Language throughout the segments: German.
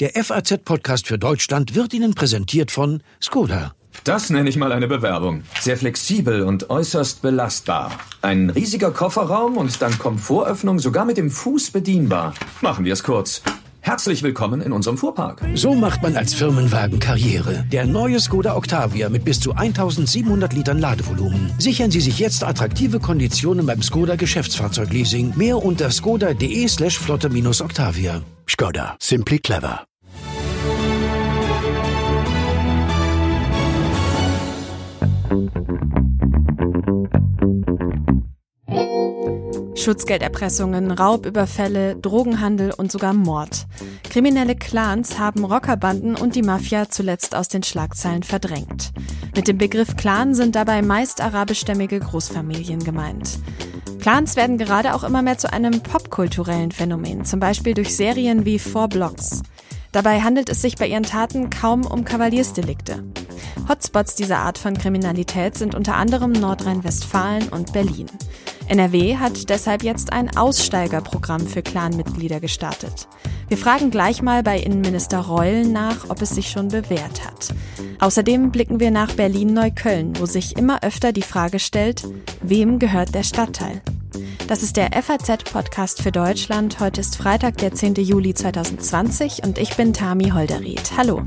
Der FAZ-Podcast für Deutschland wird Ihnen präsentiert von Skoda. Das nenne ich mal eine Bewerbung. Sehr flexibel und äußerst belastbar. Ein riesiger Kofferraum und dann Komfortöffnung, sogar mit dem Fuß bedienbar. Machen wir es kurz. Herzlich willkommen in unserem Fuhrpark. So macht man als Firmenwagen Karriere. Der neue Skoda Octavia mit bis zu 1700 Litern Ladevolumen. Sichern Sie sich jetzt attraktive Konditionen beim Skoda Geschäftsfahrzeugleasing. Mehr unter skoda.de/flotte-Octavia. Skoda. Simply clever. Schutzgelderpressungen, Raubüberfälle, Drogenhandel und sogar Mord. Kriminelle Clans haben Rockerbanden und die Mafia zuletzt aus den Schlagzeilen verdrängt. Mit dem Begriff Clan sind dabei meist arabischstämmige Großfamilien gemeint. Clans werden gerade auch immer mehr zu einem popkulturellen Phänomen, zum Beispiel durch Serien wie 4 Blocks. Dabei handelt es sich bei ihren Taten kaum um Kavaliersdelikte. Hotspots dieser Art von Kriminalität sind unter anderem Nordrhein-Westfalen und Berlin. NRW hat deshalb jetzt ein Aussteigerprogramm für Clanmitglieder gestartet. Wir fragen gleich mal bei Innenminister Reul nach, ob es sich schon bewährt hat. Außerdem blicken wir nach Berlin-Neukölln, wo sich immer öfter die Frage stellt, wem gehört der Stadtteil? Das ist der FAZ-Podcast für Deutschland. Heute ist Freitag, der 10. Juli 2020 und ich bin Tami Holderried. Hallo.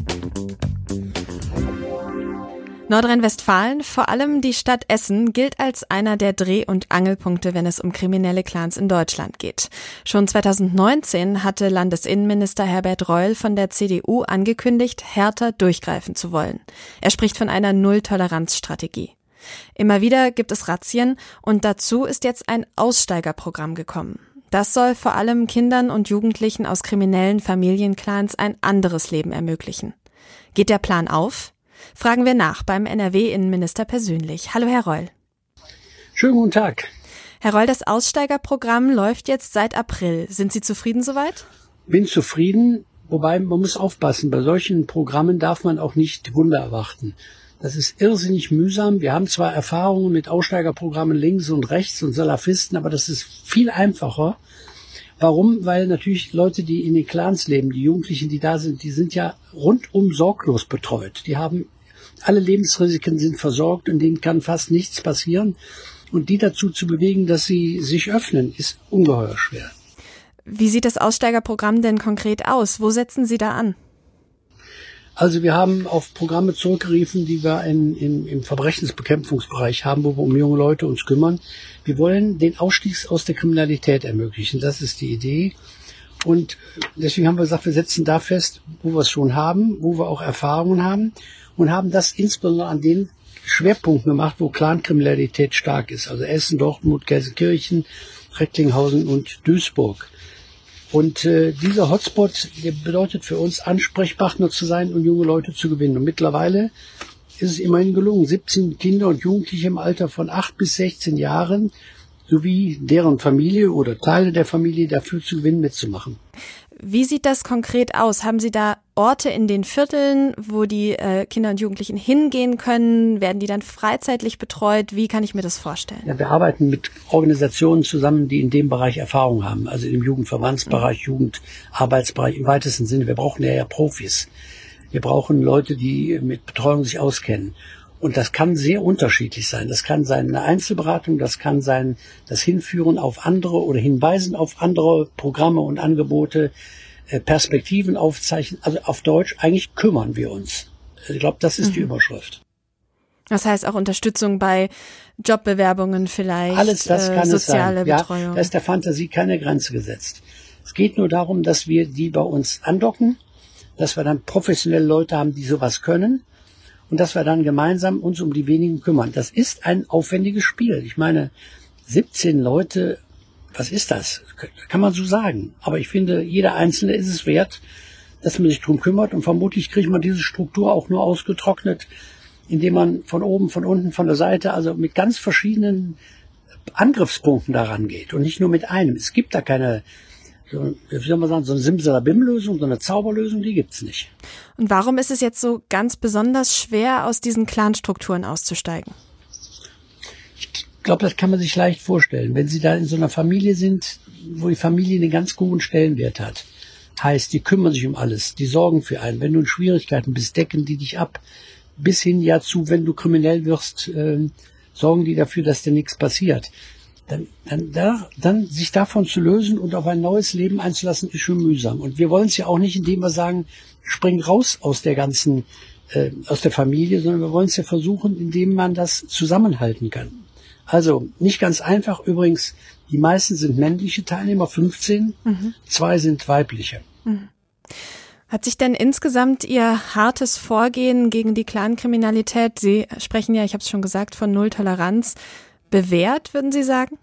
Nordrhein-Westfalen, vor allem die Stadt Essen, gilt als einer der Dreh- und Angelpunkte, wenn es um kriminelle Clans in Deutschland geht. Schon 2019 hatte Landesinnenminister Herbert Reul von der CDU angekündigt, härter durchgreifen zu wollen. Er spricht von einer Null-Toleranz-Strategie. Immer wieder gibt es Razzien und dazu ist jetzt ein Aussteigerprogramm gekommen. Das soll vor allem Kindern und Jugendlichen aus kriminellen Familienclans ein anderes Leben ermöglichen. Geht der Plan auf? Fragen wir nach beim NRW-Innenminister persönlich. Hallo, Herr Reul. Schönen guten Tag. Herr Reul, das Aussteigerprogramm läuft jetzt seit April. Sind Sie zufrieden soweit? Bin zufrieden, wobei man muss aufpassen. Bei solchen Programmen darf man auch nicht Wunder erwarten. Das ist irrsinnig mühsam. Wir haben zwar Erfahrungen mit Aussteigerprogrammen links und rechts und Salafisten, aber das ist viel einfacher. Warum? Weil natürlich Leute, die in den Clans leben, die Jugendlichen, die da sind, die sind ja rundum sorglos betreut. Die haben alle Lebensrisiken sind versorgt und denen kann fast nichts passieren. Und die dazu zu bewegen, dass sie sich öffnen, ist ungeheuer schwer. Wie sieht das Aussteigerprogramm denn konkret aus? Wo setzen Sie da an? Also wir haben auf Programme zurückgerufen, die wir im Verbrechensbekämpfungsbereich haben, wo wir um junge Leute uns kümmern. Wir wollen den Ausstieg aus der Kriminalität ermöglichen. Das ist die Idee. Und deswegen haben wir gesagt, wir setzen da fest, wo wir es schon haben, wo wir auch Erfahrungen haben und haben das insbesondere an den Schwerpunkten gemacht, wo Clankriminalität stark ist. Also Essen, Dortmund, Gelsenkirchen, Recklinghausen und Duisburg. Und dieser Hotspot, der bedeutet für uns, Ansprechpartner zu sein und junge Leute zu gewinnen. Und mittlerweile ist es immerhin gelungen, 17 Kinder und Jugendliche im Alter von 8 bis 16 Jahren sowie deren Familie oder Teile der Familie dafür zu gewinnen, mitzumachen. Wie sieht das konkret aus? Haben Sie da Orte in den Vierteln, wo die Kinder und Jugendlichen hingehen können? Werden die dann freizeitlich betreut? Wie kann ich mir das vorstellen? Ja, wir arbeiten mit Organisationen zusammen, die in dem Bereich Erfahrung haben. Also im Jugendverbandsbereich, Jugendarbeitsbereich im weitesten Sinne. Wir brauchen ja Profis. Wir brauchen Leute, die mit Betreuung sich auskennen. Und das kann sehr unterschiedlich sein. Das kann sein eine Einzelberatung, das kann sein das Hinführen auf andere oder Hinweisen auf andere Programme und Angebote, Perspektiven aufzeichnen. Also auf Deutsch, eigentlich kümmern wir uns. Ich glaube, das ist die Überschrift. Das heißt auch Unterstützung bei Jobbewerbungen vielleicht, alles das kann soziale es sein. Betreuung. Ja, da ist der Fantasie keine Grenze gesetzt. Es geht nur darum, dass wir die bei uns andocken, dass wir dann professionelle Leute haben, die sowas können. Und dass wir dann gemeinsam uns um die wenigen kümmern. Das ist ein aufwendiges Spiel. Ich meine, 17 Leute, was ist das? Kann man so sagen. Aber ich finde, jeder Einzelne ist es wert, dass man sich drum kümmert. Und vermutlich kriegt man diese Struktur auch nur ausgetrocknet, indem man von oben, von unten, von der Seite, also mit ganz verschiedenen Angriffspunkten daran geht. Und nicht nur mit einem. Es gibt da keine, wie soll man sagen, so eine Simsalabim-Lösung, so eine Zauberlösung, die gibt's nicht. Und warum ist es jetzt so ganz besonders schwer, aus diesen Clanstrukturen auszusteigen? Ich glaube, das kann man sich leicht vorstellen. Wenn Sie da in so einer Familie sind, wo die Familie einen ganz hohen Stellenwert hat, Heißt, die kümmern sich um alles, die sorgen für einen. Wenn du in Schwierigkeiten bist, decken die dich ab. Bis hin ja zu, wenn du kriminell wirst, sorgen die dafür, dass dir nichts passiert. Dann sich davon zu lösen und auf ein neues Leben einzulassen, ist schon mühsam. Und wir wollen es ja auch nicht, indem wir sagen, spring raus aus der ganzen, aus der Familie, sondern wir wollen es ja versuchen, indem man das zusammenhalten kann. Also nicht ganz einfach. Übrigens, die meisten sind männliche Teilnehmer, 15, 2 sind weibliche. Mhm. Hat sich denn insgesamt Ihr hartes Vorgehen gegen die Clankriminalität, Sie sprechen ja, ich habe es schon gesagt, von Null Toleranz, bewährt, würden Sie sagen?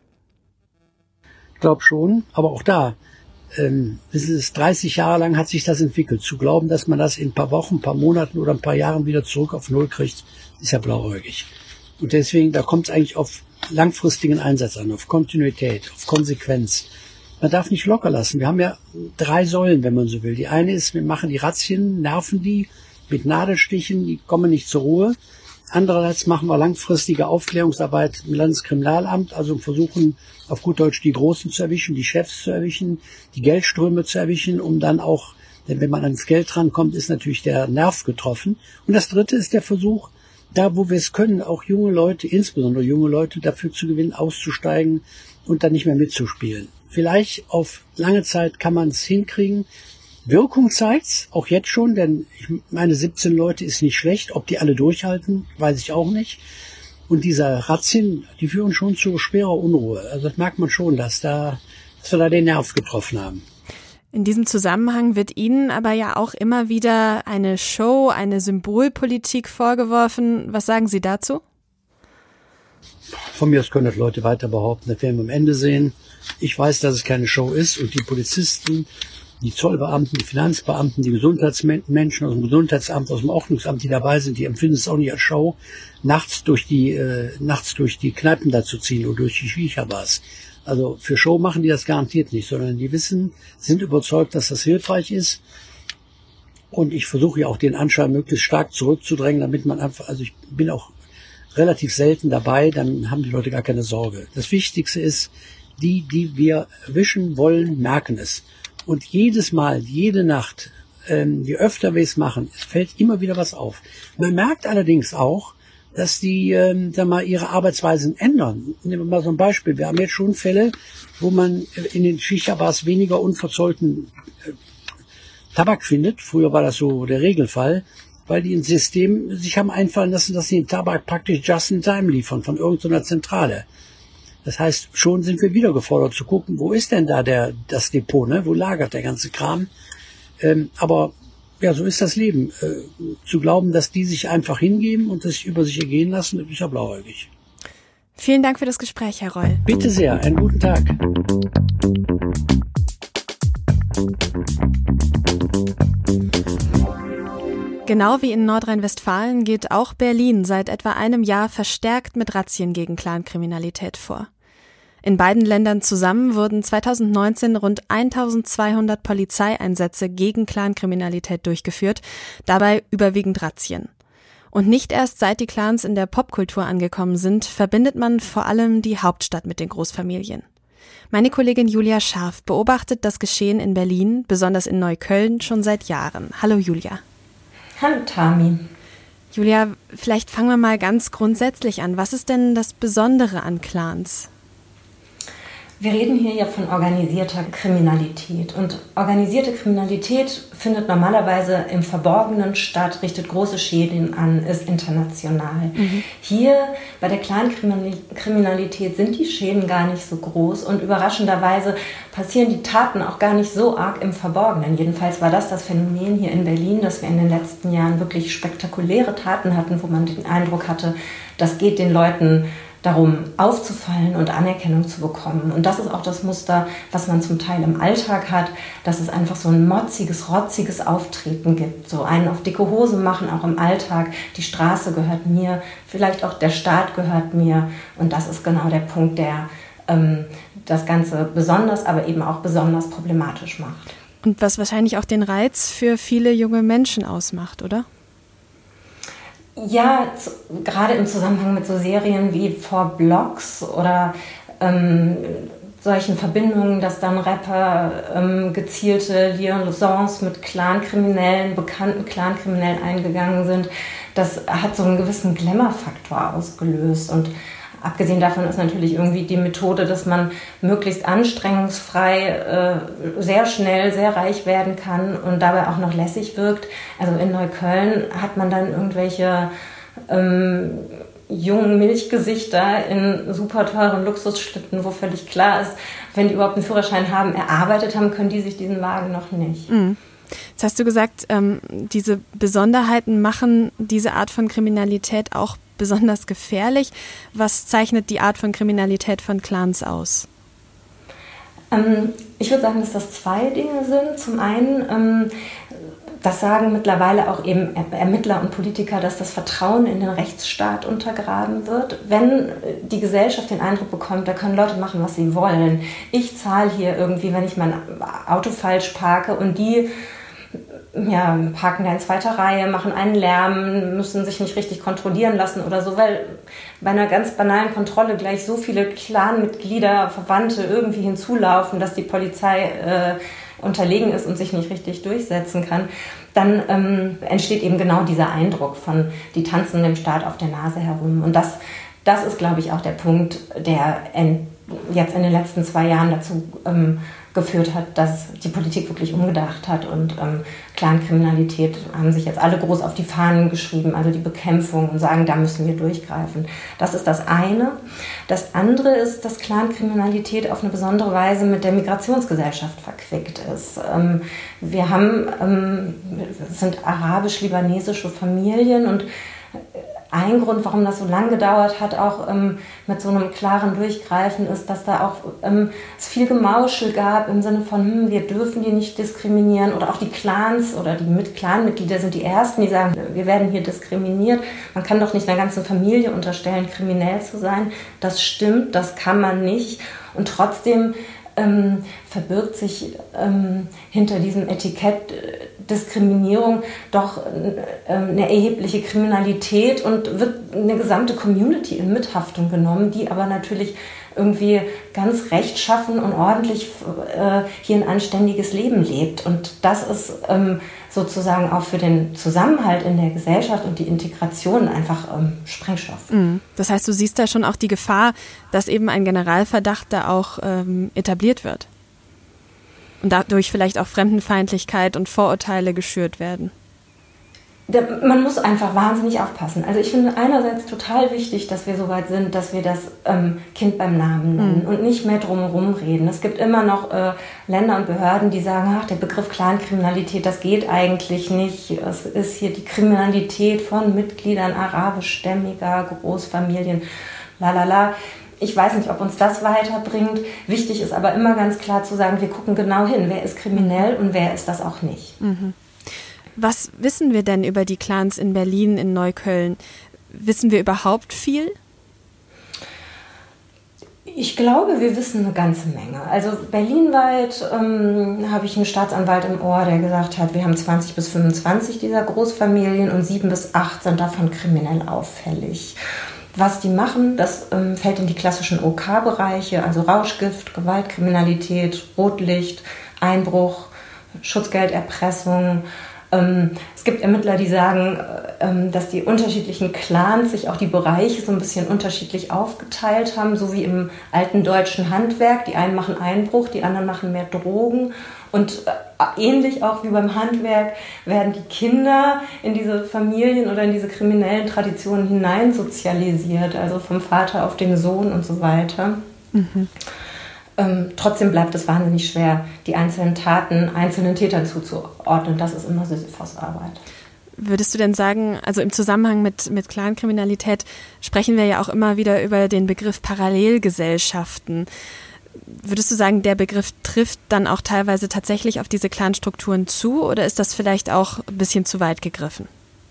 Ich glaube schon, aber auch da, es ist 30 Jahre lang hat sich das entwickelt. Zu glauben, dass man das in ein paar Wochen, ein paar Monaten oder ein paar Jahren wieder zurück auf Null kriegt, ist ja blauäugig. Und deswegen, da kommt es eigentlich auf langfristigen Einsatz an, auf Kontinuität, auf Konsequenz. Man darf nicht locker lassen. Wir haben ja 3 Säulen, wenn man so will. Die eine ist, wir machen die Razzien, nerven die mit Nadelstichen, die kommen nicht zur Ruhe. Andererseits machen wir langfristige Aufklärungsarbeit im Landeskriminalamt, also versuchen auf gut Deutsch die Großen zu erwischen, die Chefs zu erwischen, die Geldströme zu erwischen, um dann auch, denn wenn man ans Geld rankommt, ist natürlich der Nerv getroffen. Und das Dritte ist der Versuch, da wo wir es können, auch junge Leute, insbesondere junge Leute, dafür zu gewinnen, auszusteigen und dann nicht mehr mitzuspielen. Vielleicht auf lange Zeit kann man es hinkriegen. Wirkung zeigt's, auch jetzt schon, denn ich meine 17 Leute ist nicht schlecht. Ob die alle durchhalten, weiß ich auch nicht. Und diese Razzien, die führen schon zu schwerer Unruhe. Also das merkt man schon, dass wir da den Nerv getroffen haben. In diesem Zusammenhang wird Ihnen aber ja auch immer wieder eine Show, eine Symbolpolitik vorgeworfen. Was sagen Sie dazu? Von mir aus können das Leute weiter behaupten, das werden wir am Ende sehen. Ich weiß, dass es keine Show ist und die Polizisten, die Zollbeamten, die Finanzbeamten, die Gesundheitsmenschen aus dem Gesundheitsamt, aus dem Ordnungsamt, die dabei sind, die empfinden es auch nicht als Show, nachts durch die Kneipen da zu ziehen oder durch die Shisha-Bars. Also für Show machen die das garantiert nicht, sondern die sind überzeugt, dass das hilfreich ist. Und ich versuche ja auch den Anschein möglichst stark zurückzudrängen, damit man einfach, also ich bin auch relativ selten dabei, dann haben die Leute gar keine Sorge. Das Wichtigste ist, die wir erwischen wollen, merken es. Und jedes Mal, jede Nacht, je öfter wir es machen, es fällt immer wieder was auf. Man merkt allerdings auch, dass die ihre Arbeitsweisen ändern. Nehmen wir mal so ein Beispiel. Wir haben jetzt schon Fälle, wo man in den Shisha-Bars weniger unverzollten Tabak findet. Früher war das so der Regelfall, weil die im System sich haben einfallen lassen, dass sie den Tabak praktisch just in time liefern von irgendeiner Zentrale. Das heißt, schon sind wir wieder gefordert zu gucken, wo ist denn da das Depot, ne? Wo lagert der ganze Kram? Aber ja, so ist das Leben. Zu glauben, dass die sich einfach hingeben und das über sich ergehen lassen, das ist ja blauäugig. Vielen Dank für das Gespräch, Herr Roll. Bitte sehr, einen guten Tag. Genau wie in Nordrhein-Westfalen geht auch Berlin seit etwa einem Jahr verstärkt mit Razzien gegen Clankriminalität vor. In beiden Ländern zusammen wurden 2019 rund 1200 Polizeieinsätze gegen Clankriminalität durchgeführt, dabei überwiegend Razzien. Und nicht erst seit die Clans in der Popkultur angekommen sind, verbindet man vor allem die Hauptstadt mit den Großfamilien. Meine Kollegin Julia Scharf beobachtet das Geschehen in Berlin, besonders in Neukölln, schon seit Jahren. Hallo Julia. Hallo Tami. Julia, vielleicht fangen wir mal ganz grundsätzlich an. Was ist denn das Besondere an Clans? Wir reden hier ja von organisierter Kriminalität. Und organisierte Kriminalität findet normalerweise im Verborgenen statt, richtet große Schäden an, ist international. Hier bei der Clankriminalität sind die Schäden gar nicht so groß und überraschenderweise passieren die Taten auch gar nicht so arg im Verborgenen. Jedenfalls war das Phänomen hier in Berlin, dass wir in den letzten Jahren wirklich spektakuläre Taten hatten, wo man den Eindruck hatte, das geht den Leuten darum aufzufallen und Anerkennung zu bekommen. Und das ist auch das Muster, was man zum Teil im Alltag hat, dass es einfach so ein motziges, rotziges Auftreten gibt. So einen auf dicke Hose machen, auch im Alltag. Die Straße gehört mir, vielleicht auch der Staat gehört mir. Und das ist genau der Punkt, der das Ganze besonders, aber eben auch besonders problematisch macht. Und was wahrscheinlich auch den Reiz für viele junge Menschen ausmacht, oder? Ja, gerade im Zusammenhang mit so Serien wie 4 Blocks oder solchen Verbindungen, dass dann Rapper gezielte Liaisons mit Clankriminellen, bekannten Clankriminellen eingegangen sind, das hat so einen gewissen Glamour-Faktor ausgelöst. Und abgesehen davon ist natürlich irgendwie die Methode, dass man möglichst anstrengungsfrei sehr schnell sehr reich werden kann und dabei auch noch lässig wirkt. Also in Neukölln hat man dann irgendwelche jungen Milchgesichter in super teuren Luxusschlitten, wo völlig klar ist, wenn die überhaupt einen Führerschein haben, erarbeitet haben, können die sich diesen Wagen noch nicht. Mhm. Jetzt hast du gesagt, diese Besonderheiten machen diese Art von Kriminalität auch besonders gefährlich. Was zeichnet die Art von Kriminalität von Clans aus? Ich würde sagen, dass das zwei Dinge sind. Zum einen, das sagen mittlerweile auch eben Ermittler und Politiker, dass das Vertrauen in den Rechtsstaat untergraben wird. Wenn die Gesellschaft den Eindruck bekommt, da können Leute machen, was sie wollen. Ich zahle hier irgendwie, wenn ich mein Auto falsch parke und die parken da in zweiter Reihe, machen einen Lärm, müssen sich nicht richtig kontrollieren lassen oder so, weil bei einer ganz banalen Kontrolle gleich so viele Clanmitglieder, Verwandte irgendwie hinzulaufen, dass die Polizei unterlegen ist und sich nicht richtig durchsetzen kann, dann entsteht eben genau dieser Eindruck von, die tanzen dem Staat auf der Nase herum. Und das ist, glaube ich, auch der Punkt, der jetzt in den letzten 2 Jahren dazu geführt hat, dass die Politik wirklich umgedacht hat und Clankriminalität haben sich jetzt alle groß auf die Fahnen geschrieben, also die Bekämpfung und sagen, da müssen wir durchgreifen. Das ist das eine. Das andere ist, dass Clankriminalität auf eine besondere Weise mit der Migrationsgesellschaft verquickt ist. Wir sind arabisch-libanesische Familien und ein Grund, warum das so lange gedauert hat, auch mit so einem klaren Durchgreifen, ist, dass da auch es viel Gemauschel gab im Sinne von, wir dürfen die nicht diskriminieren, oder auch die Clans oder die Clanmitglieder sind die Ersten, die sagen, wir werden hier diskriminiert. Man kann doch nicht einer ganzen Familie unterstellen, kriminell zu sein. Das stimmt, das kann man nicht. Und trotzdem verbirgt sich hinter diesem Etikett Diskriminierung doch eine erhebliche Kriminalität und wird eine gesamte Community in Mithaftung genommen, die aber natürlich irgendwie ganz rechtschaffen und ordentlich hier ein anständiges Leben lebt. Und das ist sozusagen auch für den Zusammenhalt in der Gesellschaft und die Integration einfach Sprengstoff. Das heißt, du siehst da schon auch die Gefahr, dass eben ein Generalverdacht da auch etabliert wird und dadurch vielleicht auch Fremdenfeindlichkeit und Vorurteile geschürt werden. Man muss einfach wahnsinnig aufpassen. Also ich finde einerseits total wichtig, dass wir so weit sind, dass wir das Kind beim Namen nennen und nicht mehr drumherum reden. Es gibt immer noch Länder und Behörden, die sagen, ach, der Begriff Clankriminalität, das geht eigentlich nicht. Es ist hier die Kriminalität von Mitgliedern arabischstämmiger Großfamilien, lalala. Ich weiß nicht, ob uns das weiterbringt. Wichtig ist aber immer ganz klar zu sagen, wir gucken genau hin, wer ist kriminell und wer ist das auch nicht. Was wissen wir denn über die Clans in Berlin, in Neukölln? Wissen wir überhaupt viel? Ich glaube, wir wissen eine ganze Menge. Also berlinweit habe ich einen Staatsanwalt im Ohr, der gesagt hat, wir haben 20 bis 25 dieser Großfamilien und 7 bis 8 sind davon kriminell auffällig. Was die machen, das fällt in die klassischen OK-Bereiche, also Rauschgift, Gewaltkriminalität, Rotlicht, Einbruch, Schutzgelderpressung. Es gibt Ermittler, die sagen, dass die unterschiedlichen Clans sich auch die Bereiche so ein bisschen unterschiedlich aufgeteilt haben, so wie im alten deutschen Handwerk. Die einen machen Einbruch, die anderen machen mehr Drogen. Und ähnlich auch wie beim Handwerk werden die Kinder in diese Familien oder in diese kriminellen Traditionen hineinsozialisiert, also vom Vater auf den Sohn und so weiter. Trotzdem bleibt es wahnsinnig schwer, die einzelnen Taten einzelnen Tätern zuzuordnen. Das ist immer Sisyphos-Arbeit. Würdest du denn sagen, also im Zusammenhang mit Clankriminalität sprechen wir ja auch immer wieder über den Begriff Parallelgesellschaften. Würdest du sagen, der Begriff trifft dann auch teilweise tatsächlich auf diese Clanstrukturen zu oder ist das vielleicht auch ein bisschen zu weit gegriffen?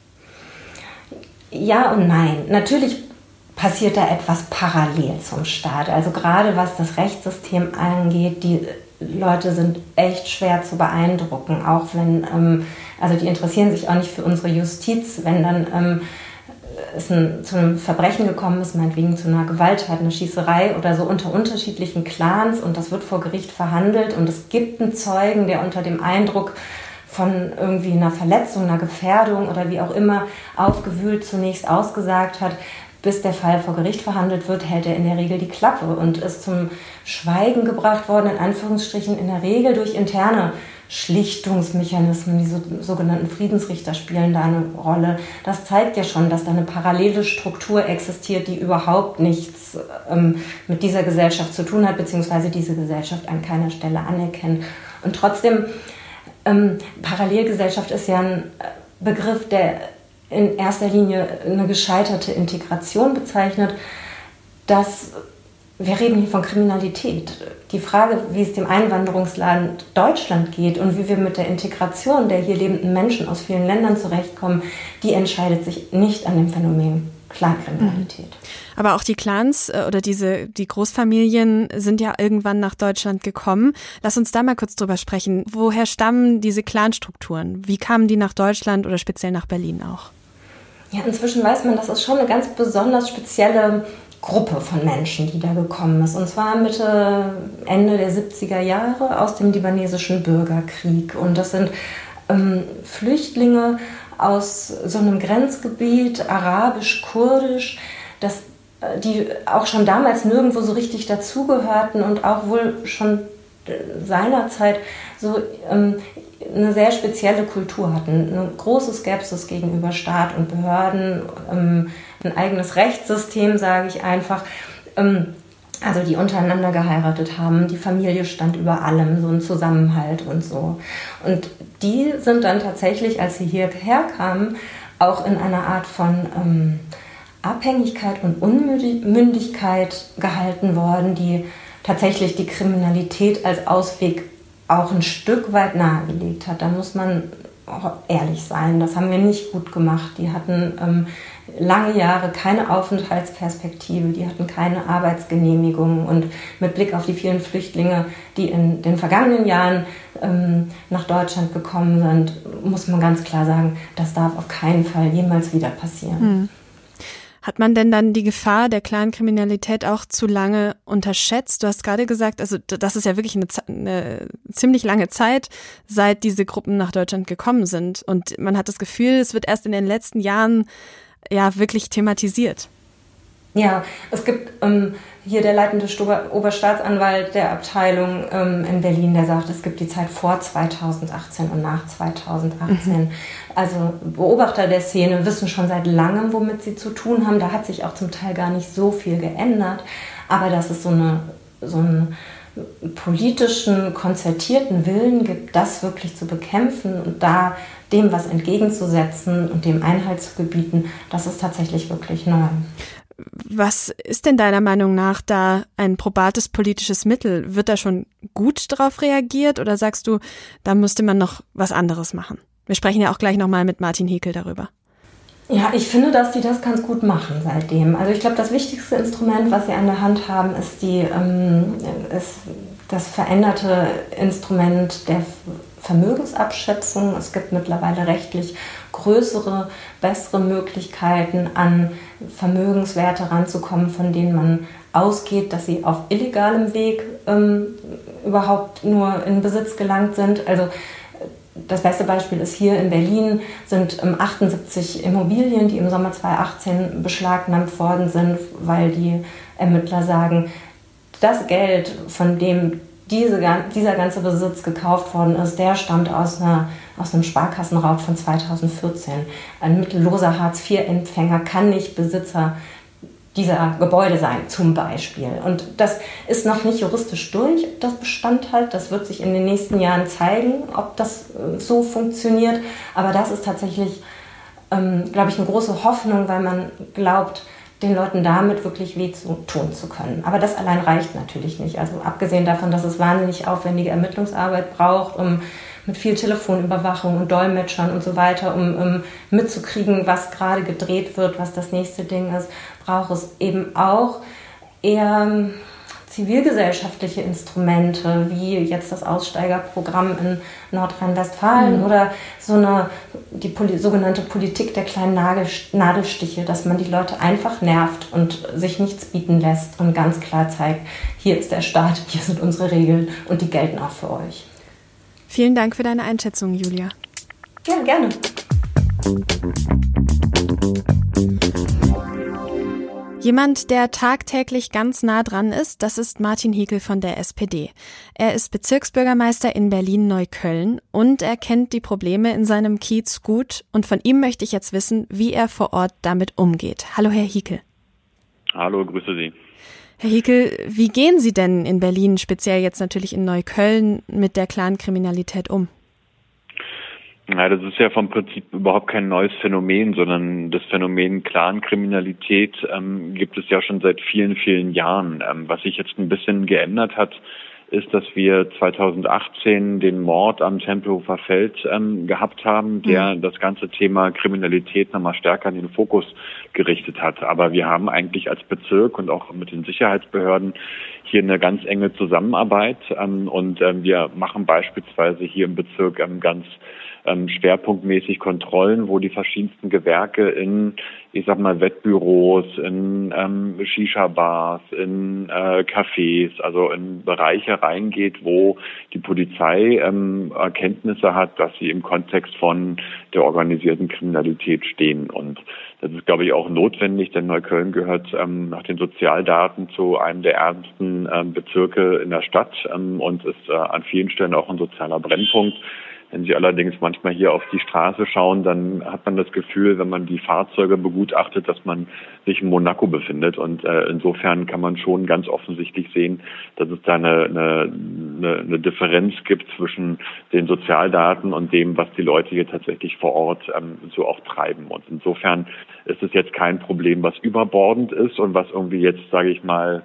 Ja und nein. Natürlich passiert da etwas parallel zum Staat. Also gerade was das Rechtssystem angeht, die Leute sind echt schwer zu beeindrucken, auch wenn, also die interessieren sich auch nicht für unsere Justiz, wenn dann es zu einem Verbrechen gekommen ist, meinetwegen zu einer Gewalttat, einer Schießerei oder so unter unterschiedlichen Clans und das wird vor Gericht verhandelt und es gibt einen Zeugen, der unter dem Eindruck von irgendwie einer Verletzung, einer Gefährdung oder wie auch immer aufgewühlt zunächst ausgesagt hat, bis der Fall vor Gericht verhandelt wird, hält er in der Regel die Klappe und ist zum Schweigen gebracht worden, in Anführungsstrichen, in der Regel durch interne Schlichtungsmechanismen, die sogenannten Friedensrichter spielen da eine Rolle. Das zeigt ja schon, dass da eine parallele Struktur existiert, die überhaupt nichts mit dieser Gesellschaft zu tun hat, beziehungsweise diese Gesellschaft an keiner Stelle anerkennt. Und trotzdem, Parallelgesellschaft ist ja ein Begriff, der in erster Linie eine gescheiterte Integration bezeichnet. Wir reden hier von Kriminalität. Die Frage, wie es dem Einwanderungsland Deutschland geht und wie wir mit der Integration der hier lebenden Menschen aus vielen Ländern zurechtkommen, die entscheidet sich nicht an dem Phänomen Clankriminalität. Aber auch die Clans oder die Großfamilien sind ja irgendwann nach Deutschland gekommen. Lass uns da mal kurz drüber sprechen. Woher stammen diese Clanstrukturen? Wie kamen die nach Deutschland oder speziell nach Berlin auch? Ja, inzwischen weiß man, das ist schon eine ganz besonders spezielle Gruppe von Menschen, die da gekommen ist. Und zwar Ende der 70er Jahre aus dem libanesischen Bürgerkrieg. Und das sind Flüchtlinge aus so einem Grenzgebiet, arabisch-kurdisch, die auch schon damals nirgendwo so richtig dazugehörten und auch wohl schon seinerzeit so eine sehr spezielle Kultur hatten. Eine große Skepsis gegenüber Staat und Behörden, ein eigenes Rechtssystem, sage ich einfach. Also die untereinander geheiratet haben, die Familie stand über allem, so ein Zusammenhalt und so. Und die sind dann tatsächlich, als sie hierher kamen, auch in einer Art von Abhängigkeit und Unmündigkeit gehalten worden, die tatsächlich die Kriminalität als Ausweg auch ein Stück weit nahegelegt hat. Da muss man ehrlich sein, das haben wir nicht gut gemacht. Die hatten lange Jahre keine Aufenthaltsperspektive, die hatten keine Arbeitsgenehmigung und mit Blick auf die vielen Flüchtlinge, die in den vergangenen Jahren nach Deutschland gekommen sind, muss man ganz klar sagen, das darf auf keinen Fall jemals wieder passieren. Hat man denn dann die Gefahr der Clankriminalität auch zu lange unterschätzt? Du hast gerade gesagt, also das ist ja wirklich eine ziemlich lange Zeit, seit diese Gruppen nach Deutschland gekommen sind. Und man hat das Gefühl, es wird erst in den letzten Jahren ja wirklich thematisiert. Ja, es gibt hier der leitende Oberstaatsanwalt der Abteilung in Berlin, der sagt, es gibt die Zeit vor 2018 und nach 2018. Also Beobachter der Szene wissen schon seit langem, womit sie zu tun haben. Da hat sich auch zum Teil gar nicht so viel geändert. Aber dass es so einen politischen, konzertierten Willen gibt, das wirklich zu bekämpfen und da dem was entgegenzusetzen und dem Einhalt zu gebieten, das ist tatsächlich wirklich neu. Was ist denn deiner Meinung nach da ein probates politisches Mittel? Wird da schon gut drauf reagiert oder sagst du, da müsste man noch was anderes machen? Wir sprechen ja auch gleich nochmal mit Martin Hiekel darüber. Ja, ich finde, dass die das ganz gut machen seitdem. Also ich glaube, das wichtigste Instrument, was sie an der Hand haben, ist das veränderte Instrument der Vermögensabschöpfung. Es gibt mittlerweile rechtlich größere, bessere Möglichkeiten, an Vermögenswerte ranzukommen, von denen man ausgeht, dass sie auf illegalem Weg überhaupt nur in Besitz gelangt sind. Also das beste Beispiel ist hier in Berlin, sind 78 Immobilien, die im Sommer 2018 beschlagnahmt worden sind, weil die Ermittler sagen, das Geld, von dem dieser ganze Besitz gekauft worden ist, der stammt aus einem Sparkassenraub von 2014. Ein mittelloser Hartz-IV-Empfänger kann nicht Besitzer dieser Gebäude sein, zum Beispiel. Und das ist noch nicht juristisch durch, das Bestand halt. Das wird sich in den nächsten Jahren zeigen, ob das so funktioniert. Aber das ist tatsächlich, glaube ich, eine große Hoffnung, weil man glaubt, den Leuten damit wirklich weh tun zu können. Aber das allein reicht natürlich nicht. Also abgesehen davon, dass es wahnsinnig aufwendige Ermittlungsarbeit braucht, um mit viel Telefonüberwachung und Dolmetschern und so weiter, um mitzukriegen, was gerade gedreht wird, was das nächste Ding ist, braucht es eben auch eher zivilgesellschaftliche Instrumente, wie jetzt das Aussteigerprogramm in Nordrhein-Westfalen oder die sogenannte Politik der kleinen Nadelstiche, dass man die Leute einfach nervt und sich nichts bieten lässt und ganz klar zeigt, hier ist der Staat, hier sind unsere Regeln und die gelten auch für euch. Vielen Dank für deine Einschätzung, Julia. Ja, gerne. Jemand, der tagtäglich ganz nah dran ist, das ist Martin Hickel von der SPD. Er ist Bezirksbürgermeister in Berlin-Neukölln und er kennt die Probleme in seinem Kiez gut. Und von ihm möchte ich jetzt wissen, wie er vor Ort damit umgeht. Hallo, Herr Hickel. Hallo, grüße Sie. Herr Hickel, wie gehen Sie denn in Berlin, speziell jetzt natürlich in Neukölln, mit der Clankriminalität um? Ja, das ist ja vom Prinzip überhaupt kein neues Phänomen, sondern das Phänomen Clankriminalität gibt es ja schon seit vielen, vielen Jahren. Was sich jetzt ein bisschen geändert hat, ist, dass wir 2018 den Mord am Tempelhofer Feld gehabt haben, der das ganze Thema Kriminalität nochmal stärker in den Fokus gerichtet hat. Aber wir haben eigentlich als Bezirk und auch mit den Sicherheitsbehörden hier eine ganz enge Zusammenarbeit und wir machen beispielsweise hier im Bezirk ganz schwerpunktmäßig Kontrollen, wo die verschiedensten Gewerke in, ich sag mal, Wettbüros, in Shisha-Bars, in Cafés, also in Bereiche reingeht, wo die Polizei Erkenntnisse hat, dass sie im Kontext von der organisierten Kriminalität stehen. Und das ist, glaube ich, auch notwendig, denn Neukölln gehört nach den Sozialdaten zu einem der ärmsten Bezirke in der Stadt und ist an vielen Stellen auch ein sozialer Brennpunkt. Wenn Sie allerdings manchmal hier auf die Straße schauen, dann hat man das Gefühl, wenn man die Fahrzeuge begutachtet, dass man sich in Monaco befindet. Und insofern kann man schon ganz offensichtlich sehen, dass es da eine Differenz gibt zwischen den Sozialdaten und dem, was die Leute hier tatsächlich vor Ort so auch treiben. Und insofern ist es jetzt kein Problem, was überbordend ist und was irgendwie jetzt, sage ich mal,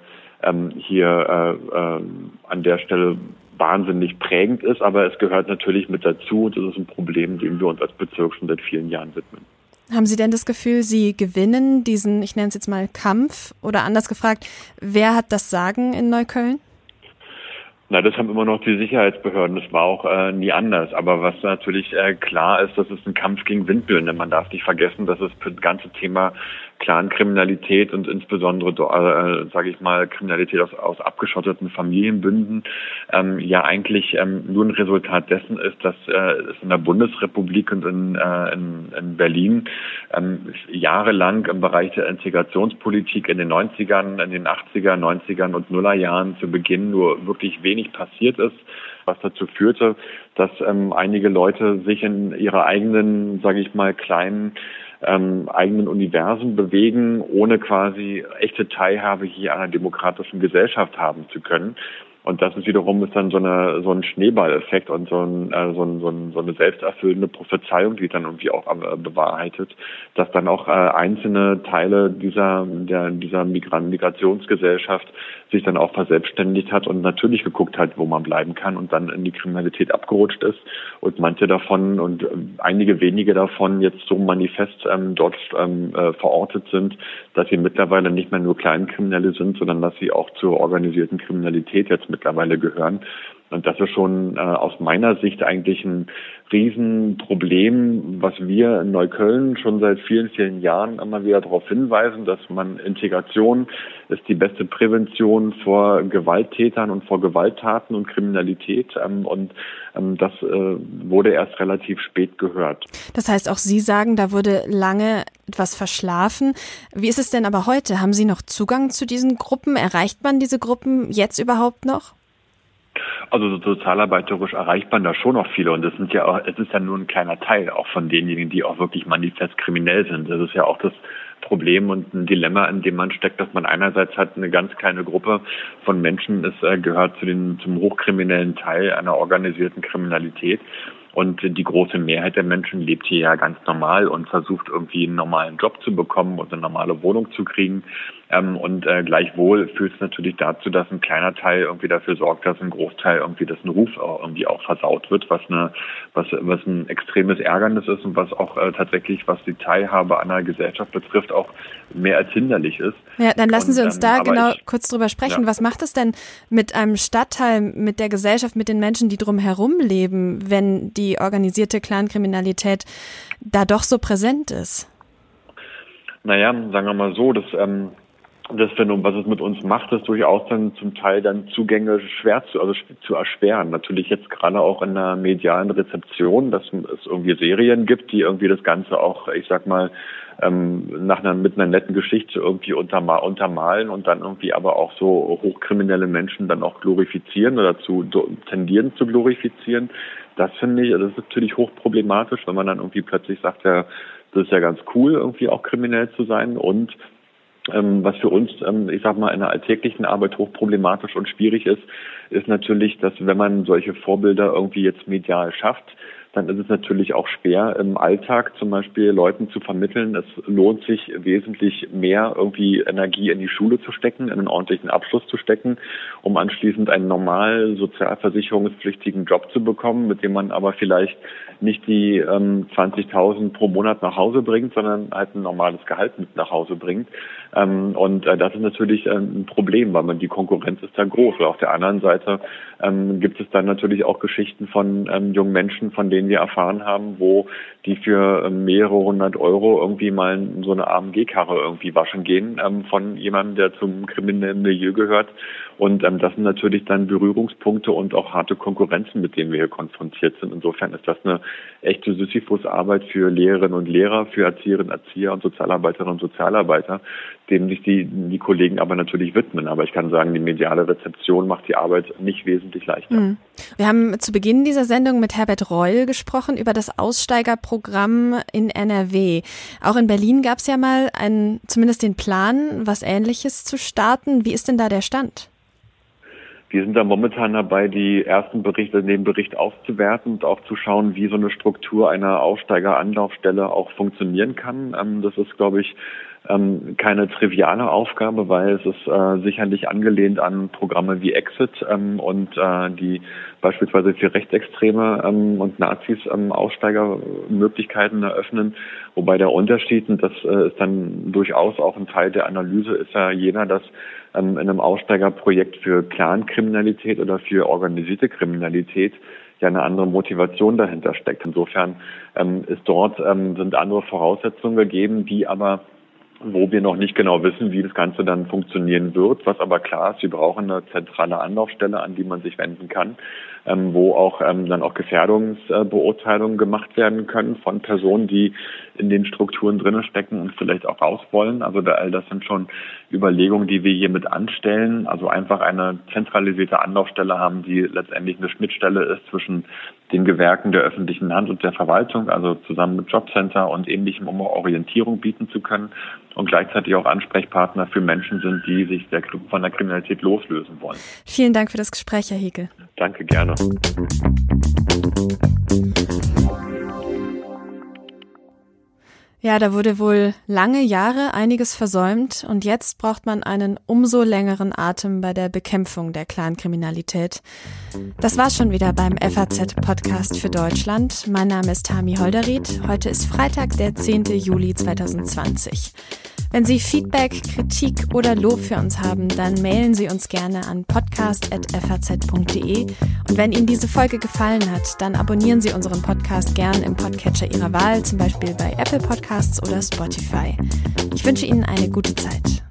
hier an der Stelle wahnsinnig prägend ist, aber es gehört natürlich mit dazu und das ist ein Problem, dem wir uns als Bezirk schon seit vielen Jahren widmen. Haben Sie denn das Gefühl, Sie gewinnen diesen, ich nenne es jetzt mal Kampf, oder anders gefragt, wer hat das Sagen in Neukölln? Na, das haben immer noch die Sicherheitsbehörden. Das war auch nie anders. Aber was natürlich klar ist, das ist ein Kampf gegen Windmühlen. Denn man darf nicht vergessen, dass es für das ganze Thema Clankriminalität und insbesondere, sage ich mal, Kriminalität aus abgeschotteten Familienbünden ja eigentlich nur ein Resultat dessen ist, dass es in der Bundesrepublik und in Berlin jahrelang im Bereich der Integrationspolitik in den 90ern, in den 80er, 90ern und Nullerjahren zu Beginn nur wirklich wenig passiert ist, was dazu führte, dass einige Leute sich in ihrer eigenen, sage ich mal, kleinen eigenen Universen bewegen, ohne quasi echte Teilhabe hier an einer demokratischen Gesellschaft haben zu können. Und das ist wiederum dann so ein Schneeballeffekt und so eine selbsterfüllende Prophezeiung, die dann irgendwie auch bewahrheitet, dass dann auch einzelne Teile dieser Migrationsgesellschaft sich dann auch verselbstständigt hat und natürlich geguckt hat, wo man bleiben kann und dann in die Kriminalität abgerutscht ist und manche davon und einige wenige davon jetzt so manifest dort verortet sind, dass sie mittlerweile nicht mehr nur Kleinkriminelle sind, sondern dass sie auch zur organisierten Kriminalität jetzt mittlerweile gehören. Und das ist schon aus meiner Sicht eigentlich ein Riesenproblem, was wir in Neukölln schon seit vielen, vielen Jahren immer wieder darauf hinweisen, dass Integration ist die beste Prävention vor Gewalttätern und vor Gewalttaten und Kriminalität. Das wurde erst relativ spät gehört. Das heißt, auch Sie sagen, da wurde lange etwas verschlafen. Wie ist es denn aber heute? Haben Sie noch Zugang zu diesen Gruppen? Erreicht man diese Gruppen jetzt überhaupt noch? Also so sozialarbeiterisch erreicht man da schon noch viele und es ist ja nur ein kleiner Teil auch von denjenigen, die auch wirklich manifest kriminell sind. Das ist ja auch das Problem und ein Dilemma, in dem man steckt, dass man einerseits hat eine ganz kleine Gruppe von Menschen, es gehört zum hochkriminellen Teil einer organisierten Kriminalität. Und die große Mehrheit der Menschen lebt hier ja ganz normal und versucht irgendwie einen normalen Job zu bekommen und eine normale Wohnung zu kriegen. Und gleichwohl führt es natürlich dazu, dass ein kleiner Teil irgendwie dafür sorgt, dass ein Großteil irgendwie dessen Ruf irgendwie auch versaut wird, was ein extremes Ärgernis ist und was auch tatsächlich, was die Teilhabe an der Gesellschaft betrifft, auch mehr als hinderlich ist. Ja, dann lassen Sie uns da kurz drüber sprechen. Ja. Was macht es denn mit einem Stadtteil, mit der Gesellschaft, mit den Menschen, die drumherum leben, wenn die organisierte Clankriminalität da doch so präsent ist? Naja, sagen wir mal so, das Phänomen, was es mit uns macht, ist durchaus dann zum Teil dann Zugänge zu erschweren. Natürlich jetzt gerade auch in der medialen Rezeption, dass es irgendwie Serien gibt, die irgendwie das Ganze auch, ich sag mal, mit einer netten Geschichte irgendwie untermalen und dann irgendwie aber auch so hochkriminelle Menschen dann auch glorifizieren oder tendieren zu glorifizieren. Das finde ich, das ist natürlich hochproblematisch, wenn man dann irgendwie plötzlich sagt, ja, das ist ja ganz cool, irgendwie auch kriminell zu sein. Und was für uns, ich sag mal, in der alltäglichen Arbeit hochproblematisch und schwierig ist natürlich, dass wenn man solche Vorbilder irgendwie jetzt medial schafft, dann ist es natürlich auch schwer, im Alltag zum Beispiel Leuten zu vermitteln, es lohnt sich wesentlich mehr, irgendwie Energie in die Schule zu stecken, in einen ordentlichen Abschluss zu stecken, um anschließend einen normal sozialversicherungspflichtigen Job zu bekommen, mit dem man aber vielleicht nicht die 20.000 pro Monat nach Hause bringt, sondern halt ein normales Gehalt mit nach Hause bringt. Und das ist natürlich ein Problem, weil die Konkurrenz ist da groß. Und auf der anderen Seite gibt es dann natürlich auch Geschichten von jungen Menschen, von denen wir erfahren haben, wo die für mehrere 100 Euro irgendwie mal so eine AMG-Karre irgendwie waschen gehen von jemandem, der zum kriminellen Milieu gehört. Und das sind natürlich dann Berührungspunkte und auch harte Konkurrenzen, mit denen wir hier konfrontiert sind. Insofern ist das eine echte Sisyphus-Arbeit für Lehrerinnen und Lehrer, für Erzieherinnen, Erzieher und Sozialarbeiterinnen und Sozialarbeiter, denen sich die Kollegen aber natürlich widmen. Aber ich kann sagen, die mediale Rezeption macht die Arbeit nicht wesentlich leichter. Wir haben zu Beginn dieser Sendung mit Herbert Reul gesprochen über das Aussteigerprogramm in NRW. Auch in Berlin gab es ja mal zumindest den Plan, was Ähnliches zu starten. Wie ist denn da der Stand? Wir sind da momentan dabei, die ersten Berichte, den Bericht auszuwerten und auch zu schauen, wie so eine Struktur einer Aussteigeranlaufstelle auch funktionieren kann. Das ist, glaube ich, keine triviale Aufgabe, weil es ist sicherlich angelehnt an Programme wie Exit und die beispielsweise für Rechtsextreme und Nazis Aussteigermöglichkeiten eröffnen. Wobei der Unterschied, und das ist dann durchaus auch ein Teil der Analyse, ist ja jener, dass in einem Aussteigerprojekt für Clankriminalität oder für organisierte Kriminalität ja eine andere Motivation dahinter steckt. Insofern ist dort sind andere Voraussetzungen gegeben, die aber wo wir noch nicht genau wissen, wie das Ganze dann funktionieren wird. Was aber klar ist, wir brauchen eine zentrale Anlaufstelle, an die man sich wenden kann, wo auch dann auch Gefährdungsbeurteilungen gemacht werden können von Personen, die in den Strukturen drinnen stecken und vielleicht auch raus wollen. Also all das sind schon Überlegungen, die wir hier mit anstellen. Also einfach eine zentralisierte Anlaufstelle haben, die letztendlich eine Schnittstelle ist zwischen den Gewerken der öffentlichen Hand und der Verwaltung, also zusammen mit Jobcenter und Ähnlichem, um auch Orientierung bieten zu können und gleichzeitig auch Ansprechpartner für Menschen sind, die sich von der Kriminalität loslösen wollen. Vielen Dank für das Gespräch, Herr Hegel. Danke, gerne. Ja, da wurde wohl lange Jahre einiges versäumt und jetzt braucht man einen umso längeren Atem bei der Bekämpfung der Clankriminalität. Das war's schon wieder beim FAZ-Podcast für Deutschland. Mein Name ist Tami Holderried. Heute ist Freitag, der 10. Juli 2020. Wenn Sie Feedback, Kritik oder Lob für uns haben, dann mailen Sie uns gerne an podcast@faz.de. Und wenn Ihnen diese Folge gefallen hat, dann abonnieren Sie unseren Podcast gern im Podcatcher Ihrer Wahl, zum Beispiel bei Apple Podcasts oder Spotify. Ich wünsche Ihnen eine gute Zeit.